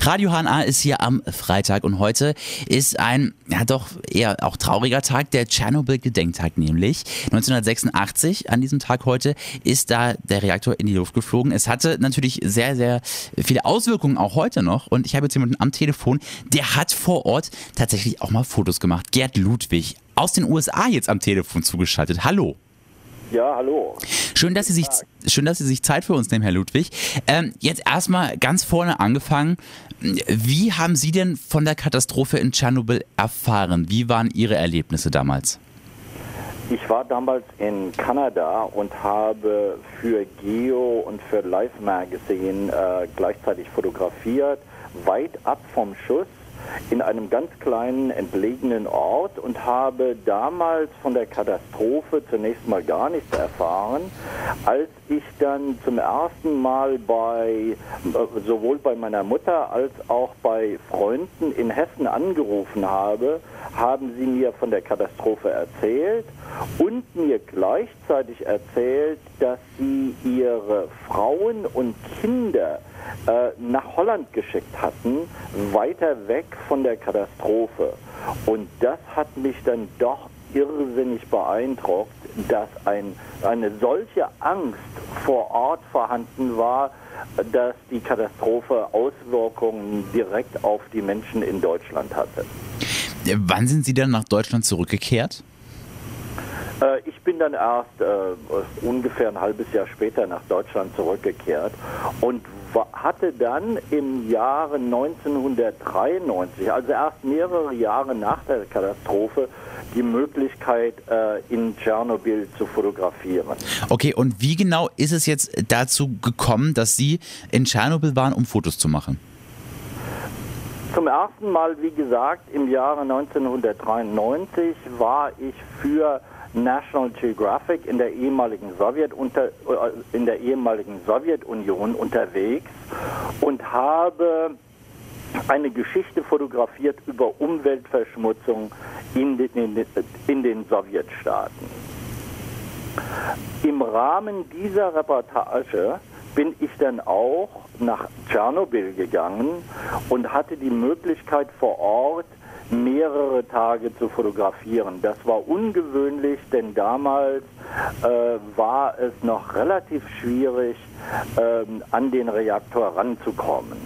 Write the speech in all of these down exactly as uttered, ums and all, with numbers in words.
Radio H N A ist hier am Freitag und heute ist ein, ja doch eher auch trauriger Tag, der Tschernobyl-Gedenktag nämlich. neunzehnhundertsechsundachtzig, an diesem Tag heute, ist da der Reaktor in die Luft geflogen. Es hatte natürlich sehr, sehr viele Auswirkungen auch heute noch und ich habe jetzt jemanden am Telefon, der hat vor Ort tatsächlich auch mal Fotos gemacht. Gerd Ludwig aus den U S A jetzt am Telefon zugeschaltet. Hallo. Ja, hallo. Schön, dass Sie sich, schön, dass Sie sich Zeit für uns nehmen, Herr Ludwig. Ähm, jetzt erstmal ganz vorne angefangen. Wie haben Sie denn von der Katastrophe in Tschernobyl erfahren? Wie waren Ihre Erlebnisse damals? Ich war damals in Kanada und habe für Geo und für Life Magazine äh, gleichzeitig fotografiert, weit ab vom Schuss, in einem ganz kleinen, entlegenen Ort und habe damals von der Katastrophe zunächst mal gar nichts erfahren. Als ich dann zum ersten Mal bei, sowohl bei meiner Mutter als auch bei Freunden in Hessen angerufen habe, haben sie mir von der Katastrophe erzählt und mir gleichzeitig erzählt, dass sie ihre Frauen und Kinder äh, nach Holland geschickt hatten, weiter weg von der Katastrophe. Und das hat mich dann doch irrsinnig beeindruckt, dass ein, eine solche Angst vor Ort vorhanden war, dass die Katastrophe Auswirkungen direkt auf die Menschen in Deutschland hatte. Wann sind Sie dann nach Deutschland zurückgekehrt? Äh, ich bin dann erst äh, ungefähr ein halbes Jahr später nach Deutschland zurückgekehrt und hatte dann im Jahre neunzehnhundertdreiundneunzig, also erst mehrere Jahre nach der Katastrophe, die Möglichkeit, äh, in Tschernobyl zu fotografieren. Okay, und wie genau ist es jetzt dazu gekommen, dass Sie in Tschernobyl waren, um Fotos zu machen? Zum ersten Mal, wie gesagt, im Jahre neunzehnhundertdreiundneunzig war ich für National Geographic in der ehemaligen Sowjet unter, in der ehemaligen Sowjetunion unterwegs und habe eine Geschichte fotografiert über Umweltverschmutzung in den, in den Sowjetstaaten. Im Rahmen dieser Reportage bin ich dann auch nach Tschernobyl gegangen und hatte die Möglichkeit vor Ort mehrere Tage zu fotografieren. Das war ungewöhnlich, denn damals äh, war es noch relativ schwierig, äh, an den Reaktor ranzukommen.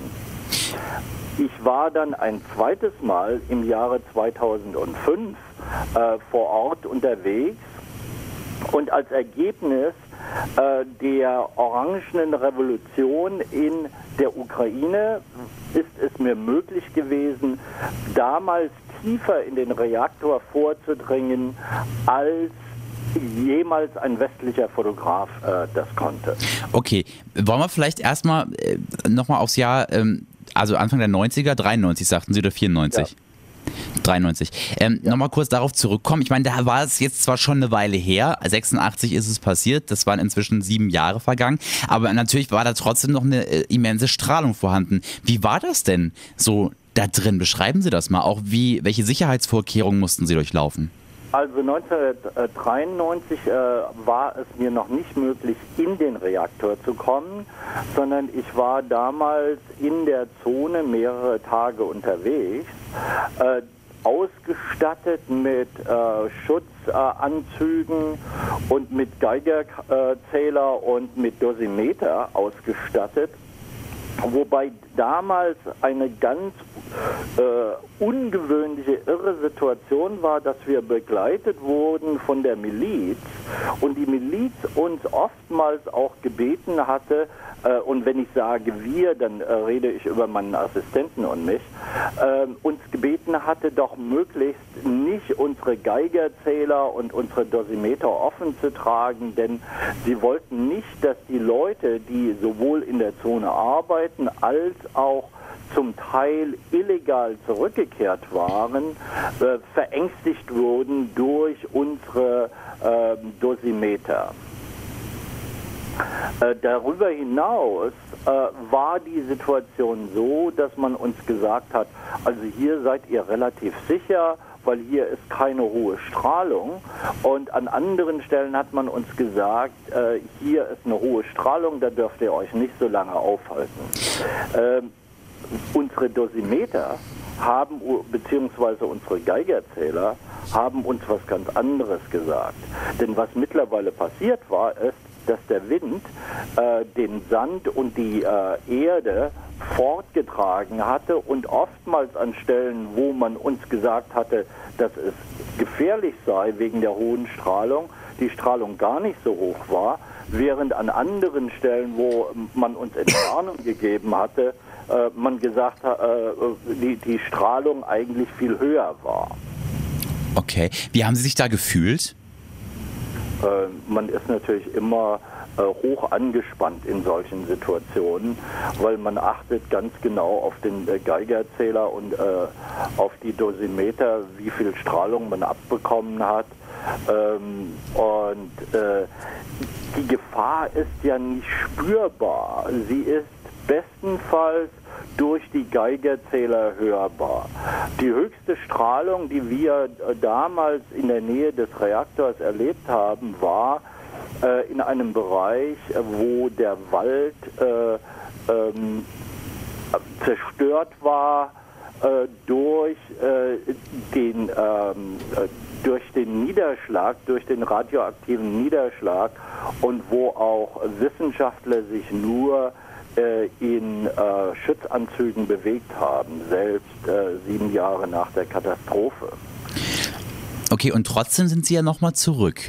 Ich war dann ein zweites Mal im Jahre zweitausendfünf äh, vor Ort unterwegs und als Ergebnis äh, der Orangenen Revolution in der Ukraine ist es mir möglich gewesen, damals tiefer in den Reaktor vorzudringen, als jemals ein westlicher Fotograf äh, das konnte. Okay, wollen wir vielleicht erstmal äh, nochmal aufs Jahr, ähm, also Anfang der neunziger, dreiundneunzig sagten Sie oder vierundneunzig? Ja. dreiundneunzig. Ähm, ja. Nochmal kurz darauf zurückkommen. Ich meine, da war es jetzt zwar schon eine Weile her, sechsundachtzig ist es passiert, das waren inzwischen sieben Jahre vergangen, aber natürlich war da trotzdem noch eine äh, immense Strahlung vorhanden. Wie war das denn so da drin? Beschreiben Sie das mal. Auch wie, welche Sicherheitsvorkehrungen mussten Sie durchlaufen? Also neunzehnhundertdreiundneunzig äh, war es mir noch nicht möglich, in den Reaktor zu kommen, sondern ich war damals in der Zone mehrere Tage unterwegs, äh, ausgestattet mit äh, Schutzanzügen äh, und mit Geigerzähler und mit Dosimeter ausgestattet. Wobei damals eine ganz äh, ungewöhnliche, irre Situation war, dass wir begleitet wurden von der Miliz und die Miliz uns oftmals auch gebeten hatte, äh, und wenn ich sage wir, dann äh, rede ich über meinen Assistenten und mich, äh, uns gebeten hatte, doch möglichst nicht unsere Geigerzähler und unsere Dosimeter offen zu tragen, denn sie wollten nicht, dass die Leute, die sowohl in der Zone arbeiten, als auch zum Teil illegal zurückgekehrt waren, äh, verängstigt wurden durch unsere äh, Dosimeter. Äh, darüber hinaus äh, war die Situation so, dass man uns gesagt hat, also hier seid ihr relativ sicher, weil hier ist keine hohe Strahlung. Und an anderen Stellen hat man uns gesagt, äh, hier ist eine hohe Strahlung, da dürft ihr euch nicht so lange aufhalten. Äh, unsere Dosimeter haben, beziehungsweise unsere Geigerzähler, haben uns was ganz anderes gesagt. Denn was mittlerweile passiert war, ist, dass der Wind äh, den Sand und die äh, Erde fortgetragen hatte und oftmals an Stellen, wo man uns gesagt hatte, dass es gefährlich sei wegen der hohen Strahlung, die Strahlung gar nicht so hoch war, während an anderen Stellen, wo man uns Entwarnung gegeben hatte, äh, man gesagt hat, äh, die, die Strahlung eigentlich viel höher war. Okay. Wie haben Sie sich da gefühlt? Äh, man ist natürlich immer äh, hoch angespannt in solchen Situationen, weil man achtet ganz genau auf den äh, Geigerzähler und äh, auf die Dosimeter, wie viel Strahlung man abbekommen hat. Ähm, und äh, die Gefahr ist ja nicht spürbar. Sie ist bestenfalls durch die Geigerzähler hörbar. Die höchste Strahlung, die wir äh, damals in der Nähe des Reaktors erlebt haben, war äh, in einem Bereich, äh, wo der Wald äh, ähm, zerstört war äh, durch, äh, den, ähm, äh, durch den Niederschlag, durch den radioaktiven Niederschlag und wo auch Wissenschaftler sich nur in äh, Schutzanzügen bewegt haben, selbst äh, sieben Jahre nach der Katastrophe. Okay, und trotzdem sind Sie ja nochmal zurück.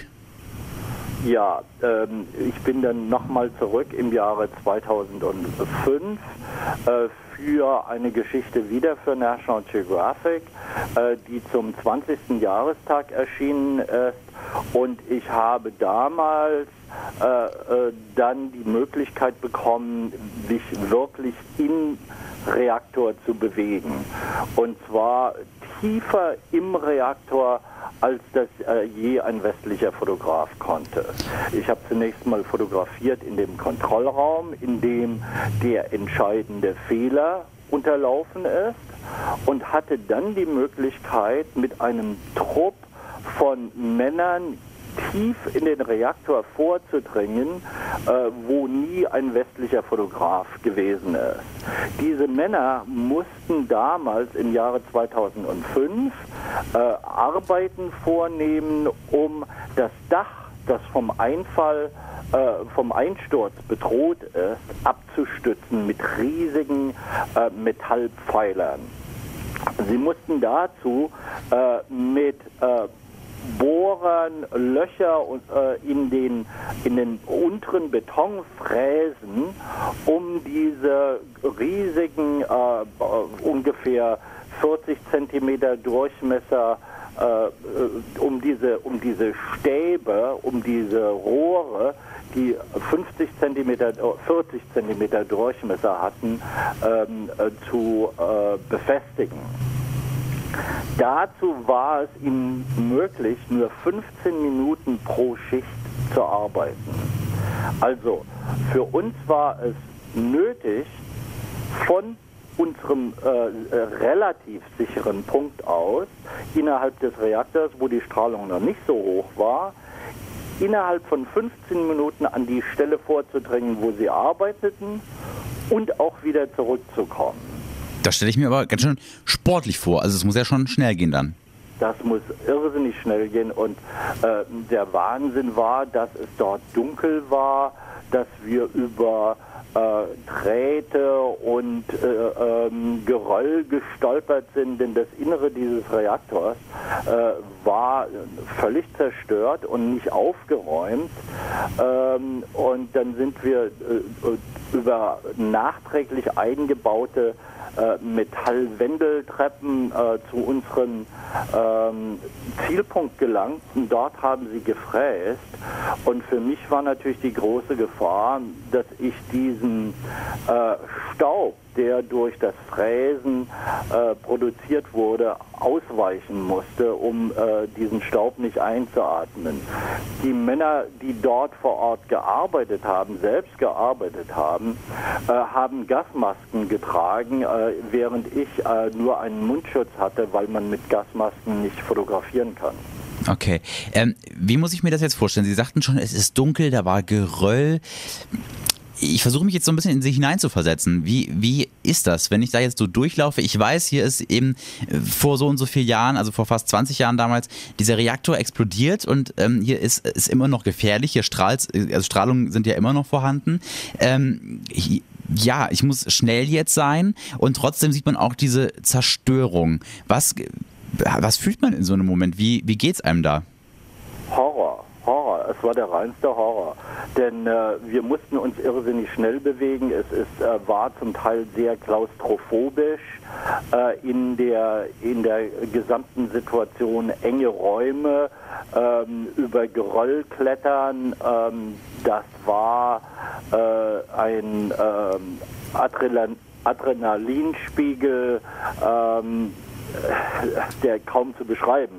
Ja, ähm, ich bin dann nochmal zurück im Jahre zweitausendfünf äh, für eine Geschichte wieder für National Geographic, äh, die zum zwanzigsten Jahrestag erschienen ist. Und ich habe damals äh, äh, dann die Möglichkeit bekommen, mich wirklich im Reaktor zu bewegen. Und zwar tiefer im Reaktor, als das äh, je ein westlicher Fotograf konnte. Ich habe zunächst mal fotografiert in dem Kontrollraum, in dem der entscheidende Fehler unterlaufen ist, und hatte dann die Möglichkeit, mit einem Trupp von Männern tief in den Reaktor vorzudringen, äh, wo nie ein westlicher Fotograf gewesen ist. Diese Männer mussten damals im Jahre zweitausendfünf äh, Arbeiten vornehmen, um das Dach, das vom Einfall, äh, vom Einsturz bedroht ist, abzustützen mit riesigen äh, Metallpfeilern. Sie mussten dazu äh, mit äh, Bohrern Löcher äh, in, den, in den unteren Beton fräsen, um diese riesigen, äh, ungefähr vierzig Zentimeter Durchmesser, äh, um, diese, um diese Stäbe, um diese Rohre, die fünfzig Zentimeter, vierzig Zentimeter Durchmesser hatten, ähm, äh, zu äh, befestigen. Dazu war es ihnen möglich, nur fünfzehn Minuten pro Schicht zu arbeiten. Also für uns war es nötig, von unserem äh, relativ sicheren Punkt aus, innerhalb des Reaktors, wo die Strahlung noch nicht so hoch war, innerhalb von fünfzehn Minuten an die Stelle vorzudringen, wo sie arbeiteten, und auch wieder zurückzukommen. Das stelle ich mir aber ganz schön sportlich vor. Also es muss ja schon schnell gehen dann. Das muss irrsinnig schnell gehen, und äh, der Wahnsinn war, dass es dort dunkel war, dass wir über äh, Drähte und äh, ähm, Geröll gestolpert sind, denn das Innere dieses Reaktors äh, war völlig zerstört und nicht aufgeräumt. Ähm, und dann sind wir äh, über nachträglich eingebaute äh, Metallwendeltreppen äh, zu unserem ähm, Zielpunkt gelangt, und dort haben sie gefräst. Und für mich war natürlich die große Gefahr, dass ich diesen äh, Staub, der durch das Fräsen äh, produziert wurde, ausweichen musste, um äh, diesen Staub nicht einzuatmen. Die Männer, die dort vor Ort gearbeitet haben, selbst gearbeitet haben, äh, haben Gasmasken getragen, äh, während ich äh, nur einen Mundschutz hatte, weil man mit Gasmasken nicht fotografieren kann. Okay. Ähm, wie muss ich mir das jetzt vorstellen? Sie sagten schon, es ist dunkel, da war Geröll. ich versuche mich jetzt so ein bisschen in sie hineinzuversetzen. Wie, wie ist das, wenn ich da jetzt so durchlaufe? Ich weiß, hier ist eben vor so und so vielen Jahren, also vor fast zwanzig Jahren damals, dieser Reaktor explodiert und ähm, hier ist es immer noch gefährlich. Hier strahlt, also Strahlungen sind ja immer noch vorhanden. Ähm, ich, ja, ich muss schnell jetzt sein und trotzdem sieht man auch diese Zerstörung. Was, was fühlt man in so einem Moment? Wie, wie geht's einem da? Horror, Horror. Es war der reinste Horror. Denn äh, wir mussten uns irrsinnig schnell bewegen. Es ist, äh, war zum Teil sehr klaustrophobisch äh, in, der, in der gesamten Situation. Enge Räume, ähm, über Geröll klettern. Ähm, das war äh, ein ähm, Adrenalin Adrenalinspiegel, ähm, der kaum zu beschreiben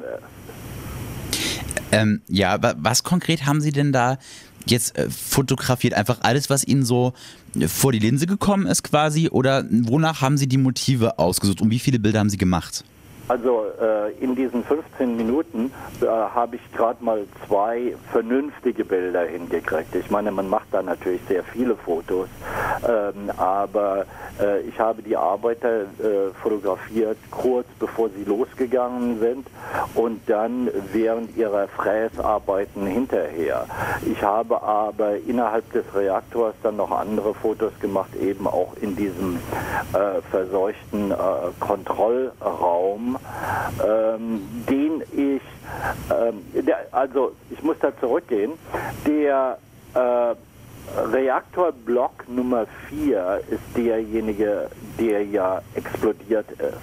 ist. Ähm, ja, aber was konkret haben Sie denn da jetzt äh, fotografiert? Einfach alles, was Ihnen so vor die Linse gekommen ist quasi? Oder wonach haben Sie die Motive ausgesucht? Und wie viele Bilder haben Sie gemacht? Also äh, in diesen fünfzehn Minuten äh, habe ich gerade mal zwei vernünftige Bilder hingekriegt. Ich meine, man macht da natürlich sehr viele Fotos, ähm, aber äh, ich habe die Arbeiter äh, fotografiert, kurz bevor sie losgegangen sind und dann während ihrer Fräsarbeiten hinterher. Ich habe aber innerhalb des Reaktors dann noch andere Fotos gemacht, eben auch in diesem äh, verseuchten äh, Kontrollraum, Ähm, den ich, ähm, der, also ich muss da zurückgehen, der äh, Reaktorblock Nummer vier ist derjenige, der ja explodiert ist.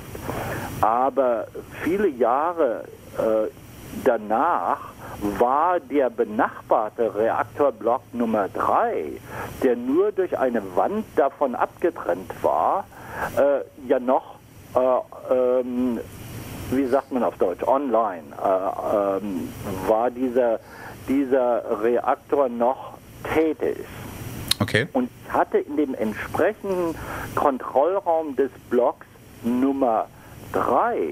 Aber viele Jahre äh, danach war der benachbarte Reaktorblock Nummer drei, der nur durch eine Wand davon abgetrennt war, äh, ja noch äh, ähm, wie sagt man auf Deutsch, online, äh, ähm, war dieser, dieser Reaktor noch tätig. Okay. Und ich hatte in dem entsprechenden Kontrollraum des Blocks Nummer drei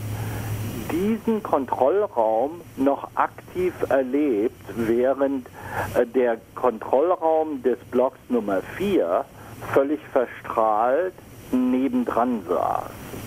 diesen Kontrollraum noch aktiv erlebt, während äh, der Kontrollraum des Blocks Nummer vier völlig verstrahlt nebendran saß.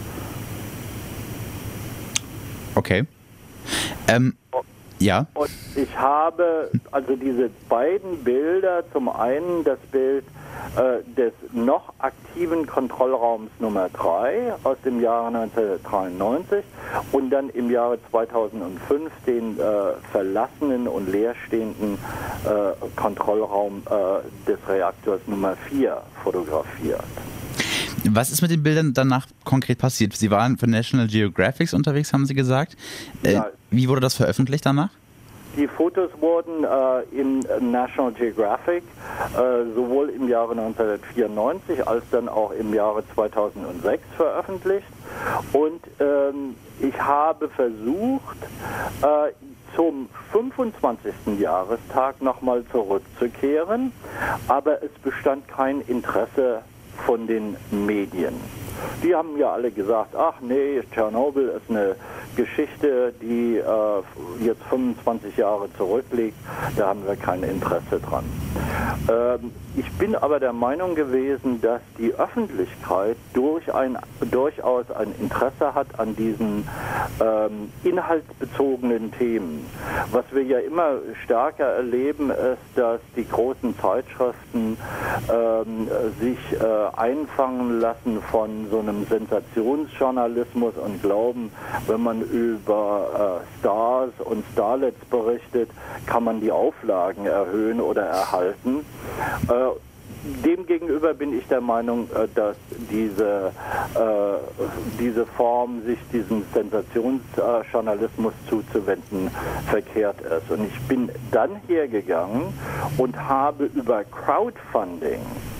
Okay. Ähm, ja. Und ich habe also diese beiden Bilder, zum einen das Bild äh, des noch aktiven Kontrollraums Nummer drei aus dem Jahre neunzehnhundertdreiundneunzig und dann im Jahre zweitausendfünf den äh, verlassenen und leerstehenden äh, Kontrollraum äh, des Reaktors Nummer vier fotografiert. Was ist mit den Bildern danach konkret passiert? Sie waren für National Geographic unterwegs, haben Sie gesagt. Äh, ja. Wie wurde das veröffentlicht danach? Die Fotos wurden äh, in National Geographic äh, sowohl im Jahre neunzehnhundertvierundneunzig als dann auch im Jahre zweitausendsechs veröffentlicht. Und ähm, ich habe versucht, äh, zum fünfundzwanzigsten Jahrestag nochmal zurückzukehren, aber es bestand kein Interesse von den Medien. Die haben ja alle gesagt, ach nee, Tschernobyl ist eine Geschichte, die äh, jetzt fünfundzwanzig Jahre zurückliegt, da haben wir kein Interesse dran. Ähm, ich bin aber der Meinung gewesen, dass die Öffentlichkeit durch ein, durchaus ein Interesse hat an diesen ähm, inhaltsbezogenen Themen. Was wir ja immer stärker erleben, ist, dass die großen Zeitschriften ähm, sich äh, einfangen lassen von so einem Sensationsjournalismus und glauben, wenn man über äh, Stars und Starlets berichtet, kann man die Auflagen erhöhen oder erhalten. Äh, Demgegenüber bin ich der Meinung, äh, dass diese, äh, diese Form, sich diesem Sensationsjournalismus zuzuwenden, verkehrt ist. Und ich bin dann hergegangen und habe über Crowdfunding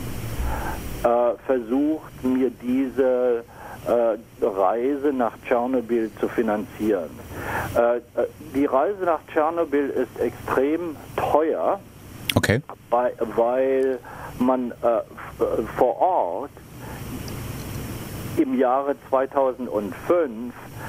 äh, versucht, mir diese äh, Reise nach Tschernobyl zu finanzieren. Äh, die Reise nach Tschernobyl ist extrem teuer, okay. weil, weil man äh, vor Ort im Jahre zweitausendfünf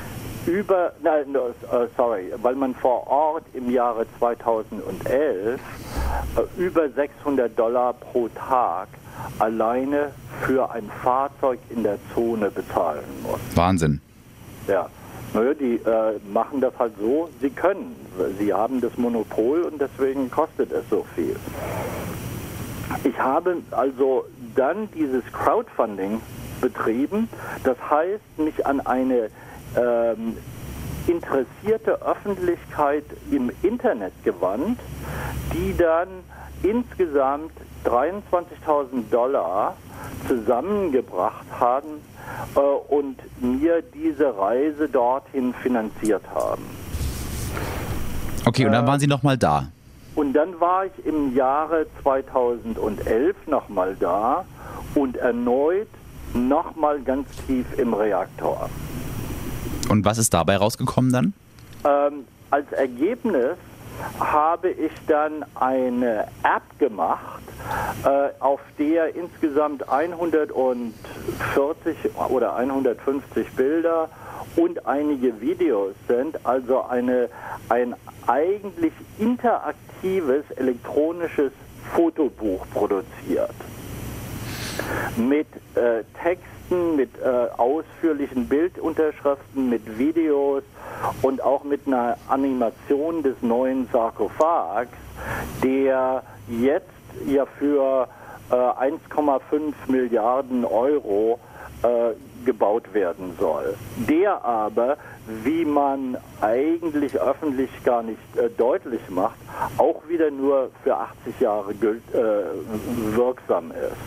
über, nein, no, uh, sorry, weil man vor Ort im Jahre zweitausendelf uh, über sechshundert Dollar pro Tag alleine für ein Fahrzeug in der Zone bezahlen muss. Wahnsinn. Ja, naja, die äh, machen das halt so, sie können. Sie haben das Monopol und deswegen kostet es so viel. Ich habe also dann dieses Crowdfunding betrieben, das heißt, mich an eine ähm, interessierte Öffentlichkeit im Internet gewandt, die dann insgesamt dreiundzwanzigtausend Dollar zusammengebracht haben äh, und mir diese Reise dorthin finanziert haben. Okay, und dann äh, waren Sie nochmal da? Und dann war ich im Jahre zweitausendelf nochmal da und erneut nochmal ganz tief im Reaktor. Und was ist dabei rausgekommen dann? Ähm, als Ergebnis habe ich dann eine App gemacht, äh, auf der insgesamt hundertvierzig oder hundertfünfzig Bilder und einige Videos sind, also eine, ein eigentlich interaktives elektronisches Fotobuch produziert. Mit äh, Texten, mit äh, ausführlichen Bildunterschriften, mit Videos und auch mit einer Animation des neuen Sarkophags, der jetzt ja für äh, eins Komma fünf Milliarden Euro äh, gebaut werden soll. Der aber, wie man eigentlich öffentlich gar nicht äh, deutlich macht, auch wieder nur für achtzig Jahre gilt, äh, wirksam ist.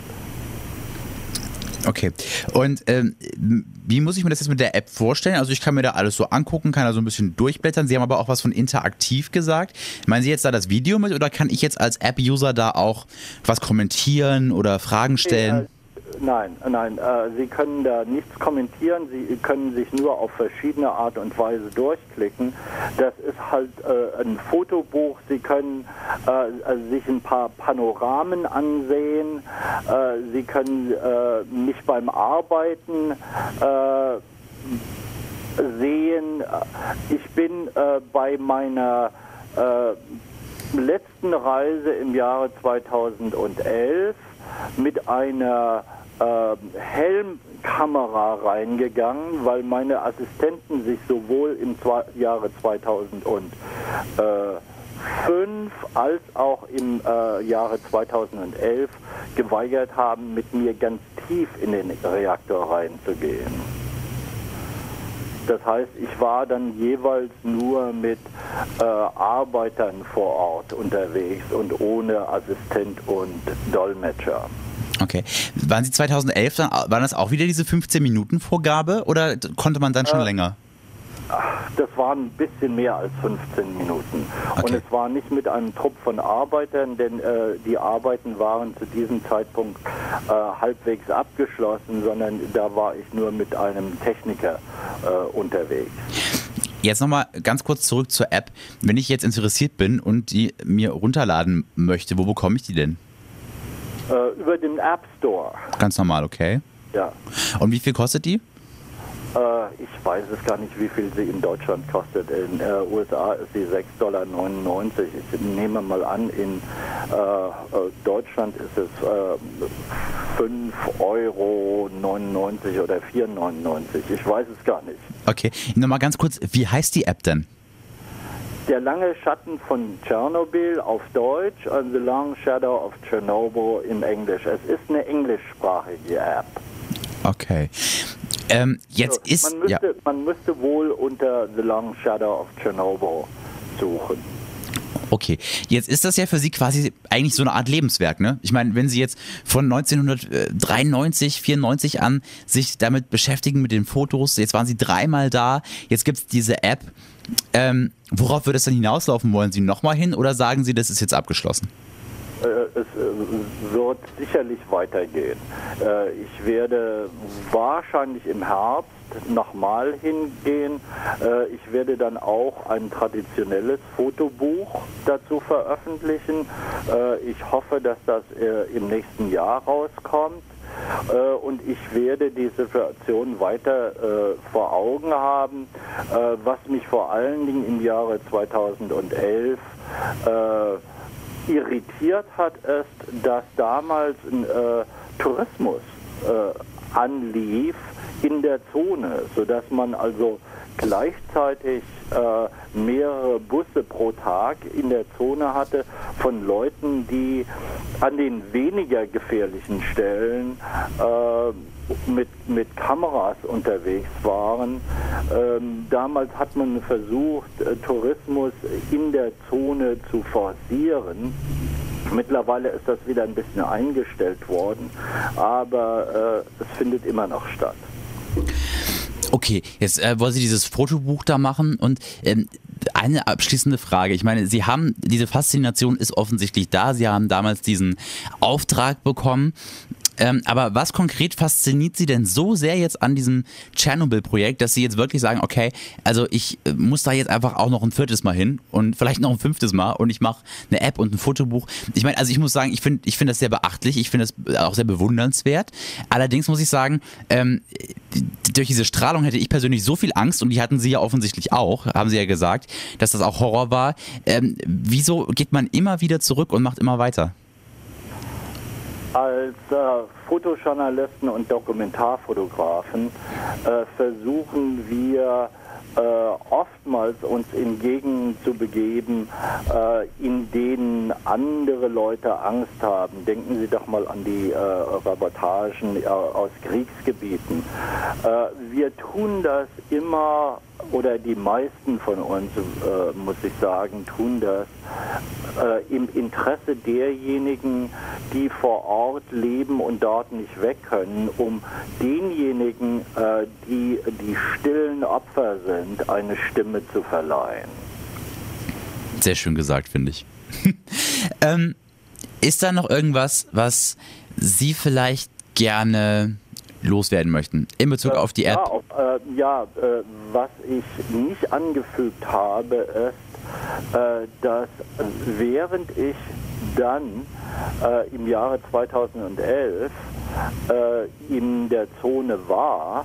Okay. Und ähm, wie muss ich mir das jetzt mit der App vorstellen? Also ich kann mir da alles so angucken, kann da so ein bisschen durchblättern. Sie haben aber auch was von interaktiv gesagt. Meinen Sie jetzt da das Video mit oder kann ich jetzt als App-User da auch was kommentieren oder Fragen stellen? Nein, nein, äh, Sie können da nichts kommentieren, Sie können sich nur auf verschiedene Art und Weise durchklicken. Das ist halt äh, ein Fotobuch, Sie können äh, sich ein paar Panoramen ansehen, äh, Sie können äh, mich beim Arbeiten äh, sehen. Ich bin äh, bei meiner äh, letzten Reise im Jahre zweitausendelf mit einer äh, Helmkamera reingegangen, weil meine Assistenten sich sowohl im Zwei- Jahre zweitausendfünf als auch im äh, Jahre zweitausendelf geweigert haben, mit mir ganz tief in den Reaktor reinzugehen. Das heißt, ich war dann jeweils nur mit äh, Arbeitern vor Ort unterwegs und ohne Assistent und Dolmetscher. Okay. Waren Sie zweitausendelf dann, waren das auch wieder diese fünfzehn-Minuten-Vorgabe oder konnte man dann schon äh, länger? Das waren ein bisschen mehr als fünfzehn Minuten. Okay. Und es war nicht mit einem Trupp von Arbeitern, denn äh, die Arbeiten waren zu diesem Zeitpunkt äh, halbwegs abgeschlossen, sondern da war ich nur mit einem Techniker äh, unterwegs. Jetzt nochmal ganz kurz zurück zur App. Wenn ich jetzt interessiert bin und die mir runterladen möchte, wo bekomme ich die denn? Äh, über den App Store. Ganz normal, okay. Ja. Und wie viel kostet die? Ich weiß es gar nicht, wie viel sie in Deutschland kostet. In den äh, U S A ist sie sechs Komma neunundneunzig Dollar. Ich nehme mal an, in äh, Deutschland ist es äh, fünf Euro neunundneunzig oder vier neunundneunzig. Ich weiß es gar nicht. Okay, nochmal ganz kurz, wie heißt die App denn? Der lange Schatten von Tschernobyl auf Deutsch und The Long Shadow of Chernobyl im Englisch. Es ist eine englischsprachige App. Okay. Ähm, jetzt also, ist... Man müsste, ja. man müsste wohl unter The Long Shadow of Chernobyl suchen. Okay, jetzt ist das ja für Sie quasi eigentlich so eine Art Lebenswerk, ne? Ich meine, wenn Sie jetzt von neunzehnhundertdreiundneunzig, vierundneunzig an sich damit beschäftigen mit den Fotos, jetzt waren Sie dreimal da, jetzt gibt es diese App. Ähm, worauf wird es dann hinauslaufen? Wollen Sie nochmal hin oder sagen Sie, das ist jetzt abgeschlossen? Es wird sicherlich weitergehen. Ich werde wahrscheinlich im Herbst nochmal hingehen. Ich werde dann auch ein traditionelles Fotobuch dazu veröffentlichen. Ich hoffe, dass das im nächsten Jahr rauskommt. äh, und ich werde die Situation weiter äh, vor Augen haben. Äh, was mich vor allen Dingen im Jahre zweitausendelf äh, irritiert hat, ist, dass damals ein äh, Tourismus äh, anlief in der Zone, sodass man also gleichzeitig äh, mehrere Busse pro Tag in der Zone hatte von Leuten, die an den weniger gefährlichen Stellen äh, mit, mit Kameras unterwegs waren. Ähm, damals hat man versucht, äh, Tourismus in der Zone zu forcieren. Mittlerweile ist das wieder ein bisschen eingestellt worden, aber äh, es findet immer noch statt. Okay, jetzt äh, wollen Sie dieses Fotobuch da machen und ähm, eine abschließende Frage. Ich meine, Sie haben, diese Faszination ist offensichtlich da. Sie haben damals diesen Auftrag bekommen. Ähm, aber was konkret fasziniert Sie denn so sehr jetzt an diesem Tschernobyl-Projekt, dass Sie jetzt wirklich sagen, okay, also ich äh, muss da jetzt einfach auch noch ein viertes Mal hin und vielleicht noch ein fünftes Mal und ich mache eine App und ein Fotobuch. Ich meine, also ich muss sagen, ich finde ich finde das sehr beachtlich, ich finde das auch sehr bewundernswert. Allerdings muss ich sagen, ähm, durch diese Strahlung hätte ich persönlich so viel Angst und die hatten Sie ja offensichtlich auch, haben Sie ja gesagt, dass das auch Horror war. Ähm, wieso geht man immer wieder zurück und macht immer weiter? Als äh, Fotojournalisten und Dokumentarfotografen äh, versuchen wir äh, oftmals uns in Gegenden zu begeben, äh, in denen andere Leute Angst haben. Denken Sie doch mal an die äh, Reportagen äh, aus Kriegsgebieten. Äh, wir tun das immer, oder die meisten von uns, äh, muss ich sagen, tun das äh, im Interesse derjenigen, die vor Ort leben und dort nicht weg können, um denjenigen, äh, die die stillen Opfer sind, eine Stimme zu verleihen. Sehr schön gesagt, finde ich. ähm, ist da noch irgendwas, was Sie vielleicht gerne loswerden möchten in Bezug auf die App? Ja, auf, äh, ja äh, was ich nicht angefügt habe, ist, äh, dass während ich dann äh, im Jahre zweitausendelf äh, in der Zone war,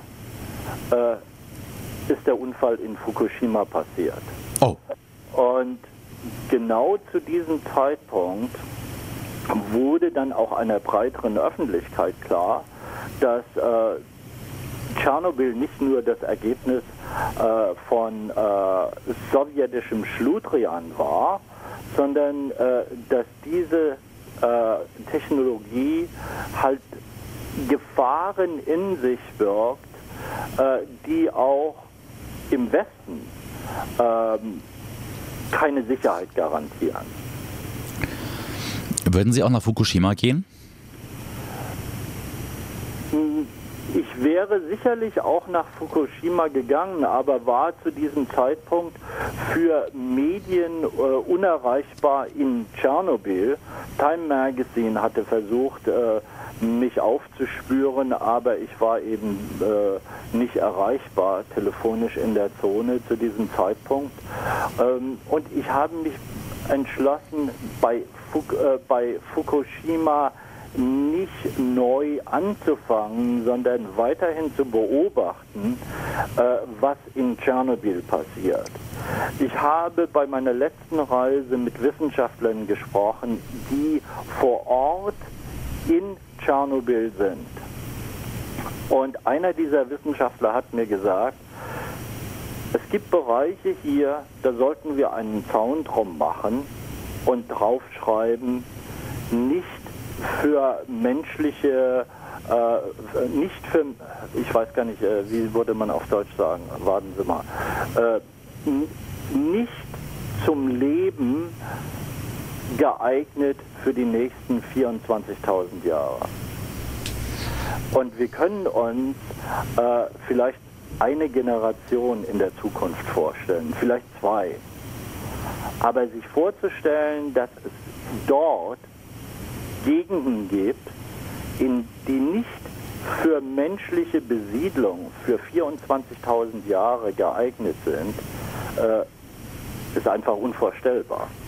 äh, ist der Unfall in Fukushima passiert. Oh. Und genau zu diesem Zeitpunkt wurde dann auch einer breiteren Öffentlichkeit klar, dass äh, Tschernobyl nicht nur das Ergebnis äh, von äh, sowjetischem Schludrian war, sondern äh, dass diese äh, Technologie halt Gefahren in sich birgt, äh, die auch im Westen äh, keine Sicherheit garantieren. Würden Sie auch nach Fukushima gehen? Ich wäre sicherlich auch nach Fukushima gegangen, aber war zu diesem Zeitpunkt für Medien äh, unerreichbar in Tschernobyl. Time Magazine hatte versucht, äh, mich aufzuspüren, aber ich war eben äh, nicht erreichbar telefonisch in der Zone zu diesem Zeitpunkt. Ähm, und ich habe mich entschlossen, bei, Fuk äh, bei Fukushima nicht neu anzufangen, sondern weiterhin zu beobachten, äh, was in Tschernobyl passiert. Ich habe bei meiner letzten Reise mit Wissenschaftlern gesprochen, die vor Ort in Tschernobyl sind. Und einer dieser Wissenschaftler hat mir gesagt, es gibt Bereiche hier, da sollten wir einen Zaun drum machen und draufschreiben, nicht für menschliche, äh, nicht für, ich weiß gar nicht, äh, wie würde man auf Deutsch sagen, warten Sie mal, äh, nicht zum Leben geeignet für die nächsten vierundzwanzigtausend Jahre. Und wir können uns äh, vielleicht eine Generation in der Zukunft vorstellen, vielleicht zwei. Aber sich vorzustellen, dass es dort Gegenden gibt, in die nicht für menschliche Besiedlung für vierundzwanzigtausend Jahre geeignet sind, äh, ist einfach unvorstellbar.